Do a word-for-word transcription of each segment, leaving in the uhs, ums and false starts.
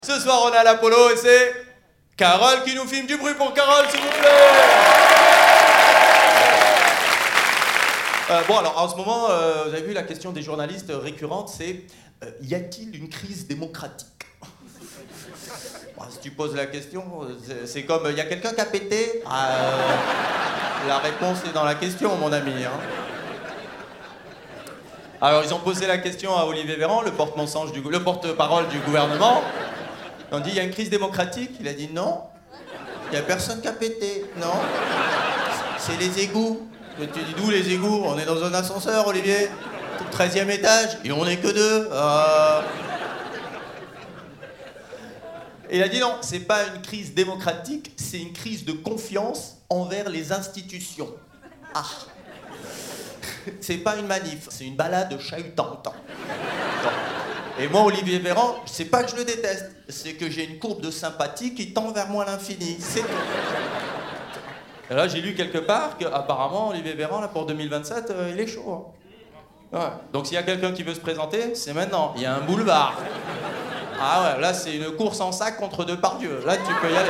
Ce soir, on a l'Apollo et c'est Carole qui nous filme. Du bruit pour Carole, s'il vous plaît. euh, Bon, alors, en ce moment, euh, vous avez vu, la question des journalistes récurrente, c'est euh, y a-t-il une crise démocratique? Bon, si tu poses la question, c'est comme, il y a quelqu'un qui a pété? Ah, euh, La réponse est dans la question, mon ami. Hein. Alors, ils ont posé la question à Olivier Véran, le porte-mensonge du, le porte-parole du gouvernement. On dit, il y a une crise démocratique? Il a dit, non. Il n'y a personne qui a pété. Non. C'est les égouts. Tu dis, d'où les égouts? On est dans un ascenseur, Olivier. treizième étage. Et on n'est que deux. Euh... Et il a dit, non, c'est pas une crise démocratique, c'est une crise de confiance envers les institutions. Ah. C'est pas une manif, c'est une balade chahutante. Et moi, Olivier Véran, c'est pas que je le déteste, c'est que j'ai une courbe de sympathie qui tend vers moi à l'infini. C'est tout. Et là, j'ai lu quelque part qu'apparemment, Olivier Véran, là, pour deux mille vingt-sept, euh, il est chaud. Hein. Ouais. Donc s'il y a quelqu'un qui veut se présenter, c'est maintenant. Il y a un boulevard. Ah ouais, là, c'est une course en sac contre Depardieu. Là, tu peux y aller.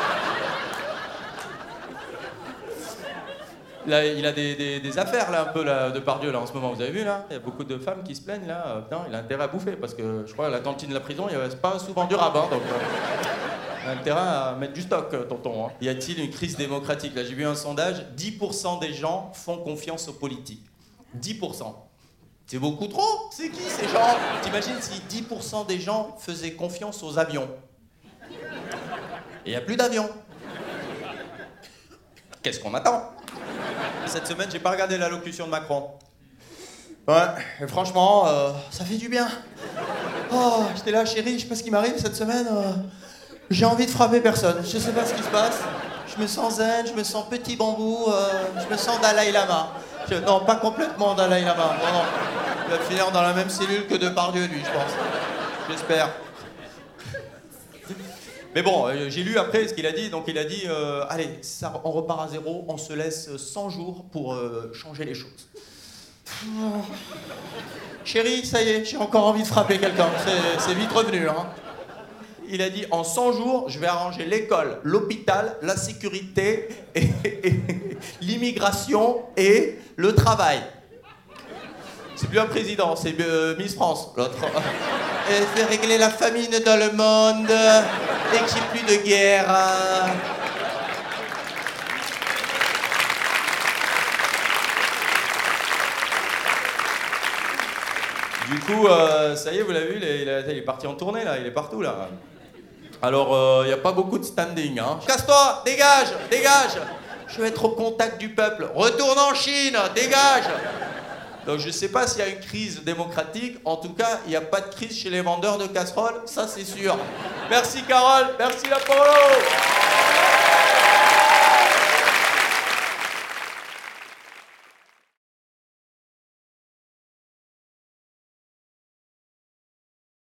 Là, il a des, des, des affaires, là, un peu, là, Depardieu, là, en ce moment. Vous avez vu, là? Il y a beaucoup de femmes qui se plaignent, là. Euh, non, il a intérêt à bouffer, parce que, je crois, à la cantine de la prison, c'est pas souvent durable, hein, donc... Euh, il a intérêt à mettre du stock, tonton. Hein. Y a-t-il une crise démocratique? Là, j'ai vu un sondage, dix pour cent des gens font confiance aux politiques. dix pour cent. C'est beaucoup trop. C'est qui, ces gens? T'imagines si dix pour cent des gens faisaient confiance aux avions? Et il n'y a plus d'avions. Qu'est-ce qu'on attend? Cette semaine, j'ai pas regardé l'allocution de Macron. Ouais, et franchement, euh, ça fait du bien. Oh, j'étais là, chérie, je sais pas ce qui m'arrive cette semaine. Euh, j'ai envie de frapper personne. Je sais pas ce qui se passe. Je me sens zen, je me sens petit bambou, euh, je me sens Dalai Lama. Je, non, pas complètement Dalai Lama. Non, non. Il va finir dans la même cellule que Depardieu, lui, je pense. J'espère. Mais bon, euh, j'ai lu après ce qu'il a dit. Donc il a dit, euh, allez, ça, on repart à zéro, on se laisse cent jours pour euh, changer les choses. Oh. Chérie, ça y est, j'ai encore envie de frapper quelqu'un. C'est, c'est vite revenu. Hein. Il a dit, en cent jours, je vais arranger l'école, l'hôpital, la sécurité, et, et, l'immigration et le travail. C'est plus un président, c'est euh, Miss France, l'autre. Et je vais régler la famine dans le monde, et qu'il n'y ait plus de guerre. Du coup, euh, ça y est, vous l'avez vu, il est, il est parti en tournée, là, il est partout, là. Alors, il euh, n'y a pas beaucoup de standing, hein. Casse-toi, dégage, dégage. Je veux être au contact du peuple. Retourne en Chine, dégage. Donc je ne sais pas s'il y a une crise démocratique. En tout cas, il n'y a pas de crise chez les vendeurs de casseroles, ça c'est sûr. Merci Carole, merci l'Apollo.